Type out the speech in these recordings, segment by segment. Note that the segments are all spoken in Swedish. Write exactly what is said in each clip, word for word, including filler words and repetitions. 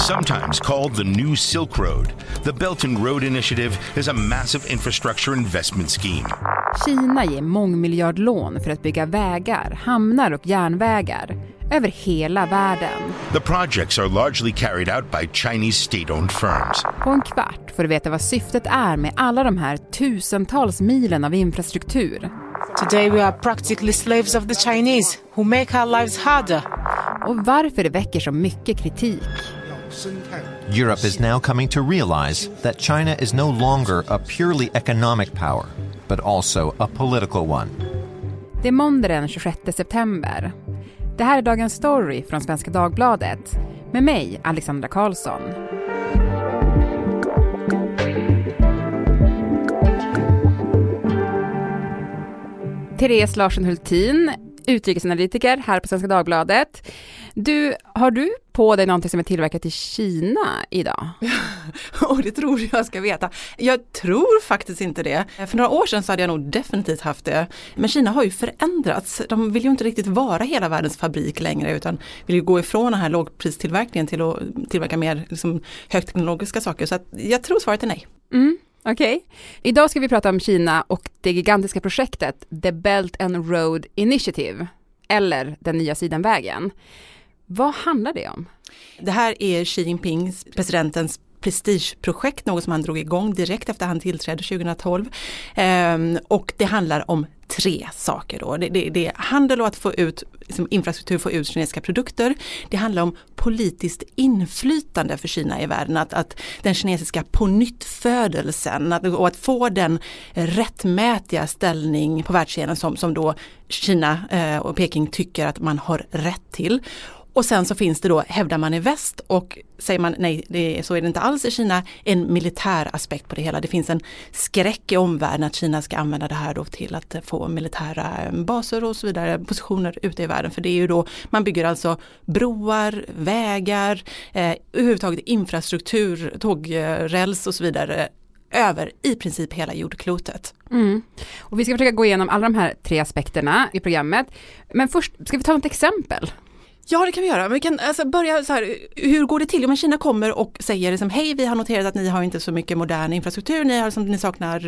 Sometimes called the New Silk Road, the Belt and Road Initiative is a massive infrastructure investment scheme. Kina ger mångmiljardlån för att bygga vägar, hamnar och järnvägar över hela världen. The projects are largely carried out by Chinese state-owned firms. På en kvart får du veta vad syftet är med alla de här tusentals milen av infrastruktur. Today we are practically slaves of the Chinese who make our lives harder. Och varför det väcker så mycket kritik. Europe is now coming to realize that China is no longer a purely economic power, but also a political one. Det är måndag den tjugosjätte september. Det här är dagens story från Svenska Dagbladet med mig, Alexandra Karlsson. Therese Larsen Hultin, utrikesanalytiker här på Svenska Dagbladet. Du, har du på dig någonting som är tillverkat i Kina idag? Och det tror jag ska veta. Jag tror faktiskt inte det. För några år sedan så hade jag nog definitivt haft det. Men Kina har ju förändrats. De vill ju inte riktigt vara hela världens fabrik längre, utan vill ju gå ifrån den här lågpristillverkningen till att tillverka mer liksom, högteknologiska saker. Så att jag tror svaret är nej. Mm. Okej. Okay. Idag ska vi prata om Kina och det gigantiska projektet The Belt and Road Initiative, eller den nya sidenvägen. Vad handlar det om? Det här är Xi Jinping, presidentens prestigeprojekt, något som han drog igång direkt efter han tillträdde tjugohundratolv. Ehm, och det handlar om tre saker då. Det, det, det är handel och att få ut liksom infrastruktur, få ut kinesiska produkter. Det handlar om politiskt inflytande för Kina i världen. Att, att den kinesiska pånyttfödelsen att, och att få den rättmätiga ställning på världsscenen som, som då Kina eh, och Peking tycker att man har rätt till. Och sen så finns det då, hävdar man i väst och säger man nej, det är, så är det inte alls i Kina, en militär aspekt på det hela. Det finns en skräck i omvärlden att Kina ska använda det här då till att få militära baser och så vidare, positioner ute i världen. För det är ju då, man bygger alltså broar, vägar, eh, överhuvudtaget infrastruktur, tågräls och så vidare över i princip hela jordklotet. Mm. Och vi ska försöka gå igenom alla de här tre aspekterna i programmet. Men först ska vi ta ett exempel. Ja, det kan vi göra. Men vi kan alltså börja så här, hur går det till? Om Kina kommer och säger liksom, hej, vi har noterat att ni har inte så mycket modern infrastruktur, ni, har, som, ni saknar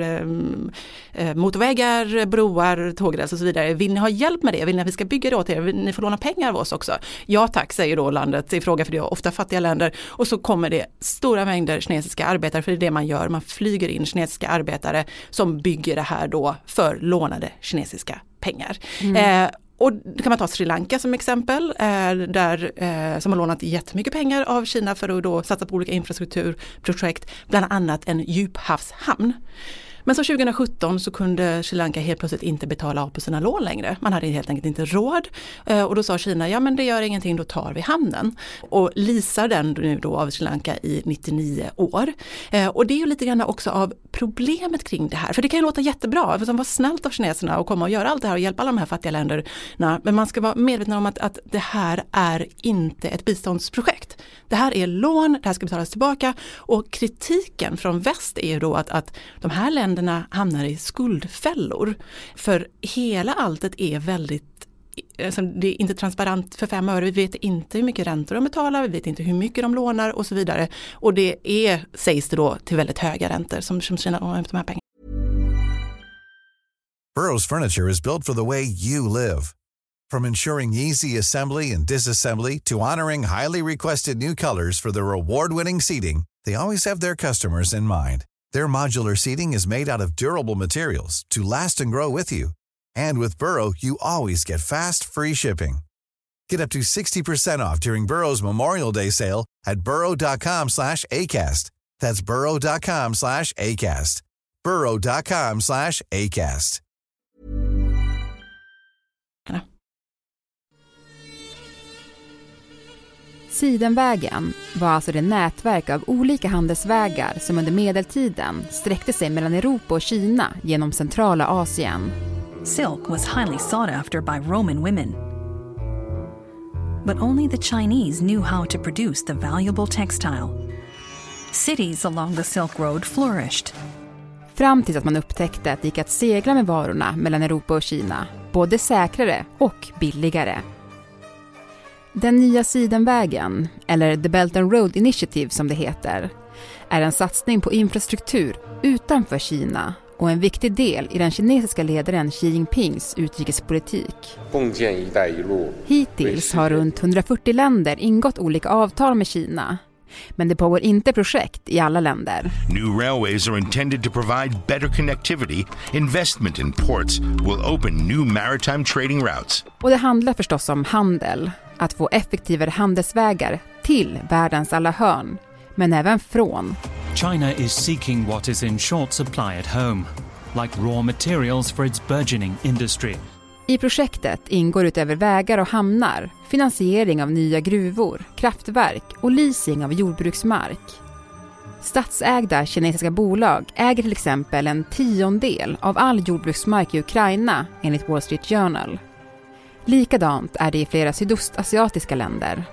eh, motorvägar, broar, tågräls och så vidare. Vill ni ha hjälp med det? Vill ni att vi ska bygga det åt er? Vill ni får låna pengar av oss också? Ja tack, säger då landet i fråga, för det är ofta fattiga länder. Och så kommer det stora mängder kinesiska arbetare, för det är det man gör. Man flyger in kinesiska arbetare som bygger det här då för lånade kinesiska pengar. Mm. Eh, Och då kan man ta Sri Lanka som exempel, eh, där, eh, som har lånat jättemycket pengar av Kina för att då satsa på olika infrastrukturprojekt, bland annat en djuphavshamn. Men så tjugohundrasjutton så kunde Sri Lanka helt plötsligt inte betala av på sina lån längre. Man hade helt enkelt inte råd. Eh, och då sa Kina, ja men det gör ingenting, då tar vi hamnen. Och leasar den nu då av Sri Lanka i nittionio år. Eh, och det är ju lite grann också av problemet kring det här. För det kan ju låta jättebra, för det var snällt av kineserna att komma och göra allt det här och hjälpa alla de här fattiga länderna. Men man ska vara medveten om att, att det här är inte ett biståndsprojekt. Det här är lån, det här ska betalas tillbaka. Och kritiken från väst är ju då att, att de här länderna hamnar i skuldfällor. För hela alltet är väldigt, alltså det är inte transparent för fem öre. Vi vet inte hur mycket räntor de betalar, vi vet inte hur mycket de lånar och så vidare. Och det är, sägs det då, till väldigt höga räntor som, som Kina lånar ut de här pengarna. Burrow's furniture is built for the way you live. From ensuring easy assembly and disassembly to honoring highly requested new colors for their award-winning seating, they always have their customers in mind. Their modular seating is made out of durable materials to last and grow with you. And with Burrow, you always get fast, free shipping. Get up to sixty percent off during Burrow's Memorial Day sale at burrow.com slash ACAST. That's burrow.com slash ACAST. burrow.com slash ACAST. Sidenvägen var alltså det nätverk av olika handelsvägar som under medeltiden sträckte sig mellan Europa och Kina genom centrala Asien. Silk was highly sought after by Roman women. But only the Chinese knew how to produce the valuable textile. Cities along the Silk Road flourished. Fram tills att man upptäckte att det gick att segla med varorna mellan Europa och Kina, både säkrare och billigare. Den nya sidenvägen, eller The Belt and Road Initiative som det heter, är en satsning på infrastruktur utanför Kina och en viktig del i den kinesiska ledaren Xi Jinpings utrikespolitik. Hittills har runt hundrafyrtio länder ingått olika avtal med Kina. Men det pågår inte projekt i alla länder. New railways are intended to provide better connectivity. Investment in ports will open new maritime trading routes. Och det handlar förstås om handel. Att få effektivare handelsvägar till världens alla hörn. Men även från. China is seeking what is in short supply at home, like raw materials for its burgeoning industry. I projektet ingår utöver vägar och hamnar finansiering av nya gruvor, kraftverk och leasing av jordbruksmark. Statsägda kinesiska bolag äger till exempel en tiondel av all jordbruksmark i Ukraina enligt Wall Street Journal. Likadant är det i flera sydostasiatiska länder.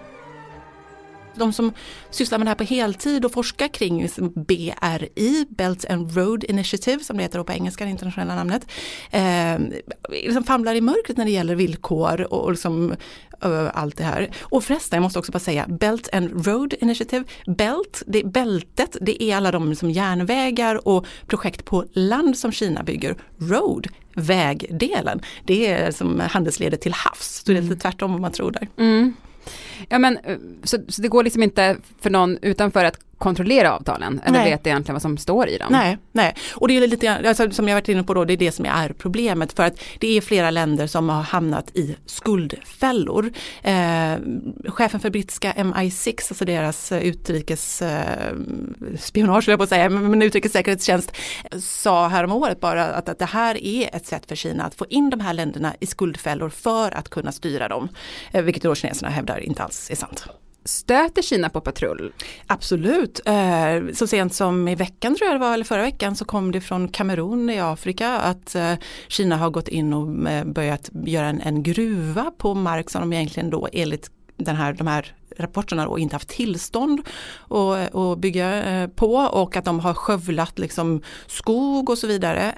De som sysslar med det här på heltid och forskar kring B R I, Belt and Road Initiative, som det heter på engelska, det internationella namnet, eh, liksom famlar i mörkret när det gäller villkor och, och liksom, uh, allt det här. Och förresten, jag måste också bara säga, Belt and Road Initiative, Belt, det är bältet, det är alla de som järnvägar och projekt på land som Kina bygger. Road, vägdelen, det är som handelsledet till havs, så det är lite tvärtom vad man tror där. Mm. Ja, men så, så det går liksom inte för någon utanför att kontrollera avtalen eller Nej. vet egentligen vad som står i dem. Nej, nej. Och det är lite, alltså, som jag varit inne på då, det är det som är problemet, för att det är flera länder som har hamnat i skuldfällor. Eh, chefen för brittiska M I sex, alltså deras utrikes eh, spionage, vill jag på att säga, men utrikessäkerhetstjänst, sa härom året bara att, att det här är ett sätt för Kina att få in de här länderna i skuldfällor för att kunna styra dem, eh, vilket då kineserna hävdar inte alls är sant. Stöter Kina på patrull? Absolut. Så sent som i veckan tror jag det var, eller förra veckan, så kom det från Kamerun i Afrika att Kina har gått in och börjat göra en, en gruva på mark som de egentligen då enligt den här, de här rapporterna och inte haft tillstånd att, att bygga på, och att de har skövlat liksom skog och så vidare.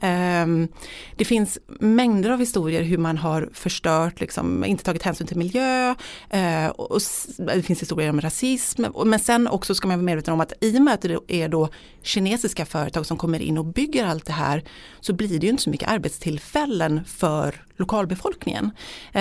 Det finns mängder av historier hur man har förstört, liksom, inte tagit hänsyn till miljö, och det finns historier om rasism, men sen också ska man vara medveten om att i och med att det är då kinesiska företag som kommer in och bygger allt det här, så blir det ju inte så mycket arbetstillfällen för lokalbefolkningen.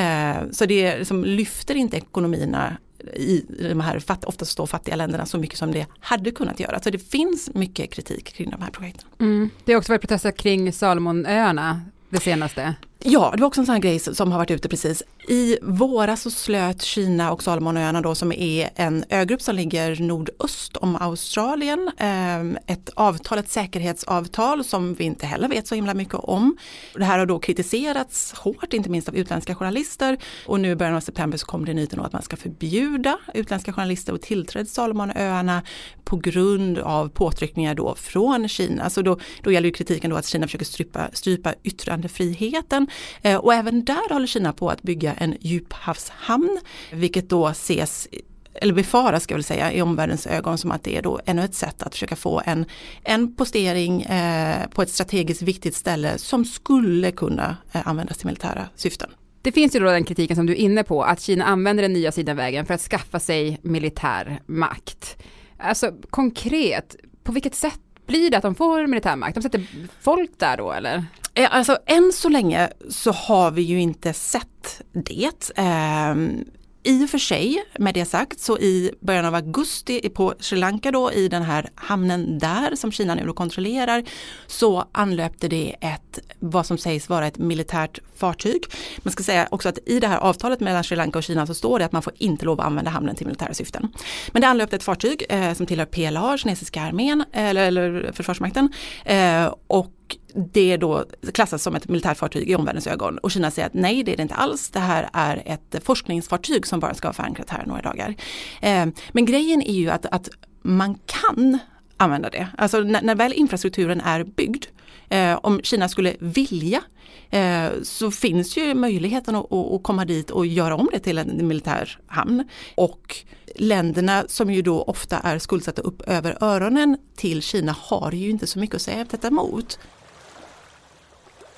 Så det liksom lyfter inte ekonomierna i de här fatt, oftast då fattiga länderna så mycket som det hade kunnat göra. Så det finns mycket kritik kring de här projekten. Mm. Det har också varit protester kring Salomonöarna det senaste. Ja, det var också en sån här grej som har varit ute precis. I våras så slöt Kina och Salomonöarna då, som är en ögrupp som ligger nordöst om Australien, ett avtal, ett säkerhetsavtal som vi inte heller vet så himla mycket om. Det här har då kritiserats hårt, inte minst av utländska journalister, och nu i början av september så kom det nyheten att man ska förbjuda utländska journalister att tillträda Salomonöarna på grund av påtryckningar då från Kina. Så då, då gäller ju kritiken då att Kina försöker strypa, strypa yttrandefriheten. Och även där håller Kina på att bygga en djuphavshamn, vilket då ses, eller befaras ska jag väl säga, i omvärldens ögon som att det är då ännu ett sätt att försöka få en, en postering eh, på ett strategiskt viktigt ställe som skulle kunna eh, användas till militära syften. Det finns ju då den kritiken som du är inne på, att Kina använder den nya sidenvägen för att skaffa sig militär makt. Alltså konkret, på vilket sätt blir det att de får militärmakt? De sätter folk där då, eller? Alltså än så länge så har vi ju inte sett det. Ehm, I och för sig, med det sagt, så i början av augusti på Sri Lanka då, i den här hamnen där som Kina nu då kontrollerar, så anlöpte det ett, vad som sägs vara ett militärt fartyg. Man ska säga också att i det här avtalet mellan Sri Lanka och Kina så står det att man får inte lov att använda hamnen till militära syften. Men det anlöpte ett fartyg eh, som tillhör P L A, kinesiska armén, eller, eller försvarsmakten, eh, och det är då klassas som ett militärfartyg i omvärldens ögon. Och Kina säger att nej, det är det inte alls. Det här är ett forskningsfartyg som bara ska vara förankrat här några dagar. Eh, men grejen är ju att, att man kan använda det. Alltså när, när väl infrastrukturen är byggd, eh, om Kina skulle vilja, eh, så finns ju möjligheten att, att komma dit och göra om det till en militär hamn. Och länderna som ju då ofta är skuldsatta upp över öronen till Kina har ju inte så mycket att säga detta emot.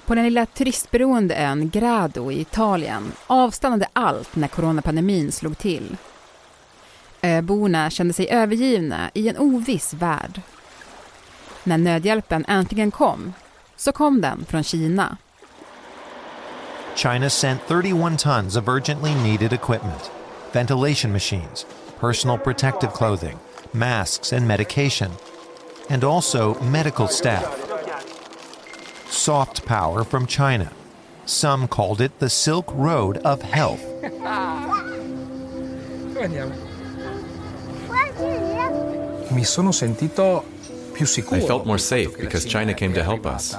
På den lilla turistberoende ön Grado i Italien avstannade allt när coronapandemin slog till. Öborna kände sig övergivna i en oviss värld. När nödhjälpen äntligen kom, så kom den från Kina. China sent thirty-one tons of urgently needed equipment, ventilation machines, personal protective clothing, masks and medication, and also medical staff. Soft power from China. Some called it the Silk Road of health. Mi sono sentito più sicuro. I felt more safe because China came to help us.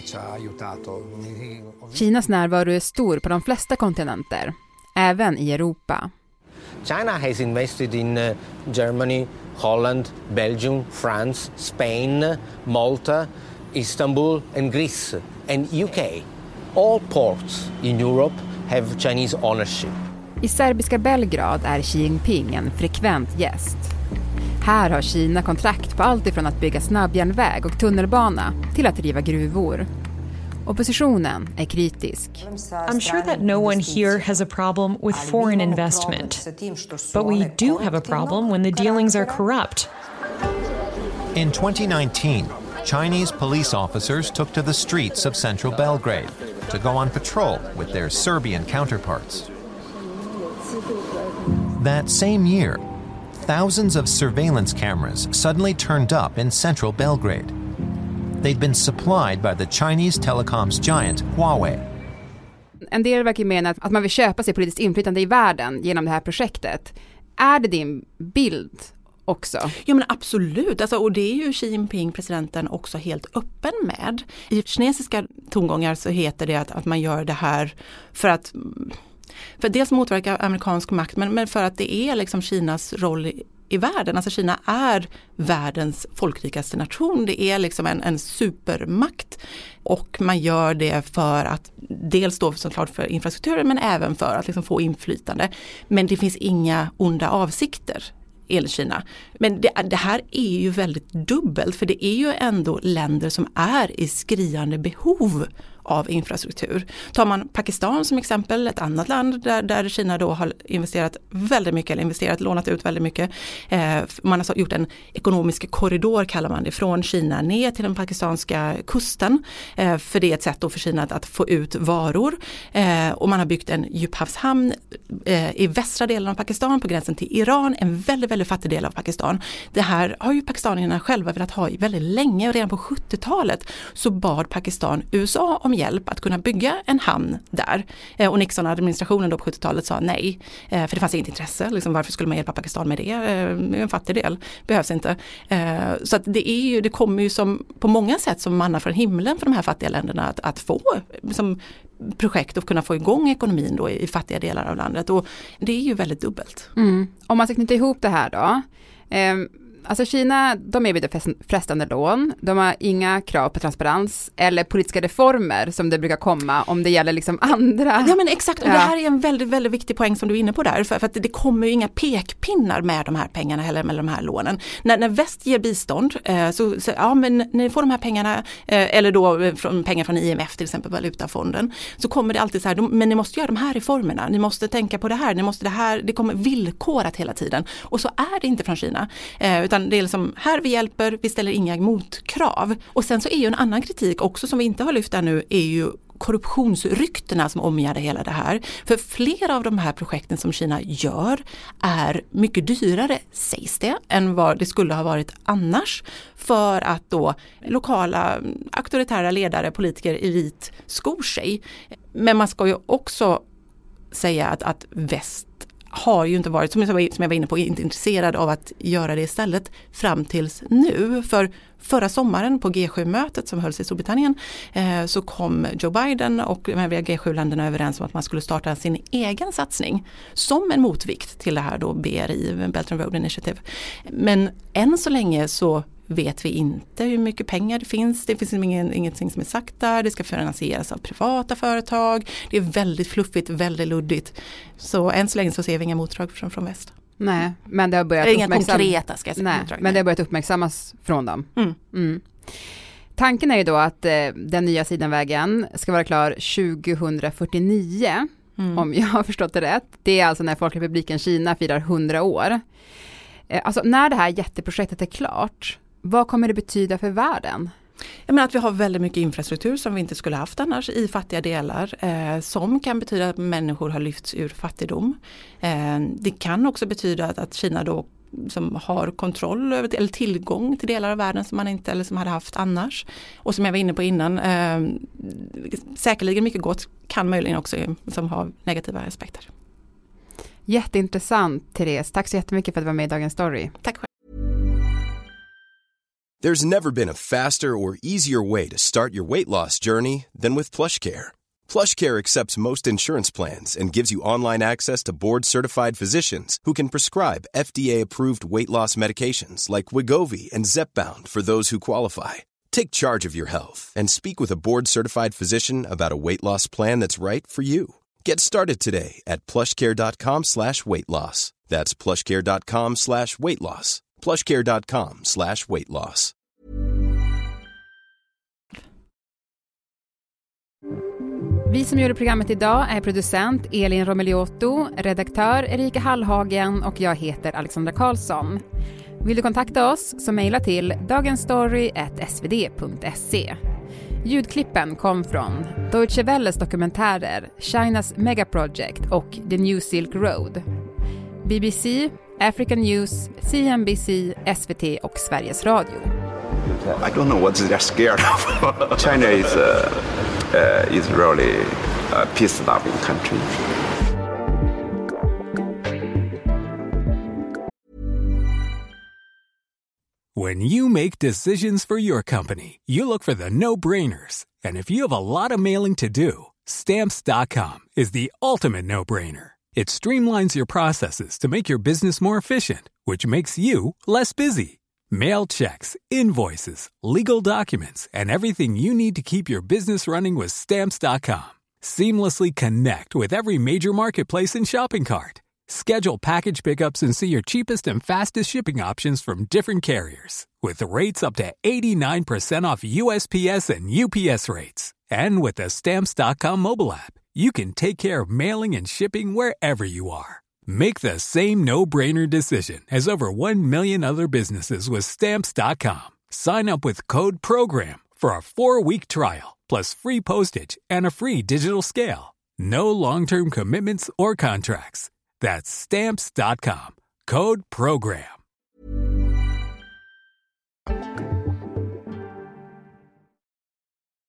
Kinas närvaro är stor på de flesta kontinenter, även i Europa. China has invested in uh, Germany, Holland, Belgium, France, Spain, Malta, Istanbul and Greece and U K. All ports in Europe have Chinese ownership. I serbiska Belgrad är Xi Jinping en frekvent gäst. Här har Kina kontrakt på allt ifrån att bygga snabbjärnväg och tunnelbana till att driva gruvor. Oppositionen är kritisk. I'm sure that no one here has a problem with foreign investment. But we do have a problem when the dealings are corrupt. In twenty nineteen, Chinese police officers took to the streets of central Belgrade to go on patrol with their Serbian counterparts. That same year, thousands of surveillance cameras suddenly turned up in central Belgrade. They'd been supplied by the Chinese telecoms giant Huawei. En del verkar mena att man vill köpa sig politiskt inflytande i världen genom det här projektet. Är det din bild också? Ja, men absolut. Alltså, och det är ju Xi Jinping, presidenten, också helt öppen med. I kinesiska tongångar så heter det att, att man gör det här för att för dels motverka amerikansk makt, men, men för att det är liksom Kinas roll i, i världen. Alltså Kina är världens folkrikaste nation. Det är liksom en, en supermakt. Och man gör det för att dels då såklart för infrastrukturen, men även för att liksom få inflytande. Men det finns inga onda avsikter i Kina. Men det, det här är ju väldigt dubbelt, för det är ju ändå länder som är i skriande behov av infrastruktur. Tar man Pakistan som exempel, ett annat land där, där Kina då har investerat väldigt mycket, eller investerat, lånat ut väldigt mycket. Eh, man har gjort en ekonomisk korridor, kallar man det, från Kina ner till den pakistanska kusten. Eh, för det är ett sätt då för Kina att, att få ut varor. Eh, och man har byggt en djuphavshamn eh, i västra delen av Pakistan på gränsen till Iran, en väldigt, väldigt fattig del av Pakistan. Det här har ju pakistanierna själva velat ha väldigt länge, och redan på sjuttiotalet så bad Pakistan U S A om hjälp att kunna bygga en hamn där. Eh, och Nixon-administrationen då på sjuttiotalet sa nej, eh, för det fanns inget intresse. Liksom, varför skulle man hjälpa Pakistan med det? Eh, en fattig del. Behövs inte. Eh, så att det, är ju, det kommer ju som, på många sätt som manna från himlen för de här fattiga länderna att, att få som projekt och kunna få igång ekonomin då i, i fattiga delar av landet. Och det är ju väldigt dubbelt. Mm. Om man ska knyta ihop det här då. Eh, Alltså Kina, de erbjuder frestande lån, de har inga krav på transparens eller politiska reformer som det brukar komma om det gäller liksom andra. Ja men exakt, och ja. Det här är en väldigt, väldigt viktig poäng som du är inne på där, för, för att det kommer ju inga pekpinnar med de här pengarna eller med de här lånen. När, när väst ger bistånd eh, så, så ja men ni får de här pengarna eh, eller då från, pengar från I M F till exempel, valutafonden, så kommer det alltid så här, de, men ni måste göra de här reformerna, ni måste tänka på det här, ni måste det här, det kommer villkorat hela tiden, och så är det inte från Kina. Eh, utan det är liksom, här vi hjälper, vi ställer inga motkrav. Och sen så är ju en annan kritik också som vi inte har lyft ännu, är ju korruptionsryktena som omgärdar hela det här. För flera av de här projekten som Kina gör är mycket dyrare, sägs det, än vad det skulle ha varit annars, för att då lokala auktoritära ledare, politiker i vit skor sig. Men man ska ju också säga att, att väst har ju inte varit, som jag var inne på, inte intresserad av att göra det istället fram tills nu. För förra sommaren på G sju-mötet som hölls i Storbritannien eh, så kom Joe Biden och de övriga G sju-länderna överens om att man skulle starta sin egen satsning som en motvikt till det här då B R I, Belt and Road Initiative. Men än så länge så vet vi inte hur mycket pengar det finns. Det finns ingen, ingenting som är sagt där. Det ska finansieras av privata företag. Det är väldigt fluffigt, väldigt luddigt. Så än så länge så ser vi inga motdrag från, från väst. Nej, men det har börjat det är inga uppmärksam... konkreta, ska jag säga. Nej, men det har börjat uppmärksammas från dem. Mm. Mm. tanken är ju då att eh, den nya Sidenvägen ska vara klar tjugohundrafyrtionio, mm. om jag har förstått det rätt. Det är alltså när Folkrepubliken Kina firar hundra år. Eh, alltså när det här jätteprojektet är klart, vad kommer det betyda för världen? Jag menar att vi har väldigt mycket infrastruktur som vi inte skulle haft annars i fattiga delar, eh, som kan betyda att människor har lyfts ur fattigdom. Eh, det kan också betyda att, att Kina då som har kontroll över eller tillgång till delar av världen som man inte eller som hade haft annars. Och som jag var inne på innan, eh, säkerligen mycket gott kan möjligen också som har negativa aspekter. Jätteintressant, Therese. Tack så jättemycket för att du var med i Dagens Story. Tack själv. There's never been a faster or easier way to start your weight loss journey than with PlushCare. PlushCare accepts most insurance plans and gives you online access to board-certified physicians who can prescribe F D A-approved weight loss medications like Wegovy and Zepbound for those who qualify. Take charge of your health and speak with a board-certified physician about a weight loss plan that's right for you. Get started today at plushcare.com slash weight loss. That's plushcare.com slash weight loss. plushcare.com slash weight loss. Vi som gjorde programmet idag är producent Elin Romeliotto, redaktör Erika Hallhagen och jag heter Alexandra Karlsson. Vill du kontakta oss så mejla till dagensstory at s v d punkt se. Ljudklippen kom från Deutsche Welles dokumentärer China's Megaproject och The New Silk Road. B B C, African News, C N B C, S V T och Sveriges Radio. I don't know what they're scared of. China is uh, uh, is really a peace-loving country. When you make decisions for your company, you look for the no-brainers. And if you have a lot of mailing to do, Stamps dot com is the ultimate no-brainer. It streamlines your processes to make your business more efficient, which makes you less busy. Mail checks, invoices, legal documents, and everything you need to keep your business running with Stamps dot com. Seamlessly connect with every major marketplace and shopping cart. Schedule package pickups and see your cheapest and fastest shipping options from different carriers. With rates up to eighty-nine percent off U S P S and U P S rates. And with the Stamps dot com mobile app, you can take care of mailing and shipping wherever you are. Make the same no-brainer decision as over one million other businesses with Stamps dot com. Sign up with code PROGRAM for a four-week trial, plus free postage and a free digital scale. No long-term commitments or contracts. That's Stamps dot com. Code PROGRAM.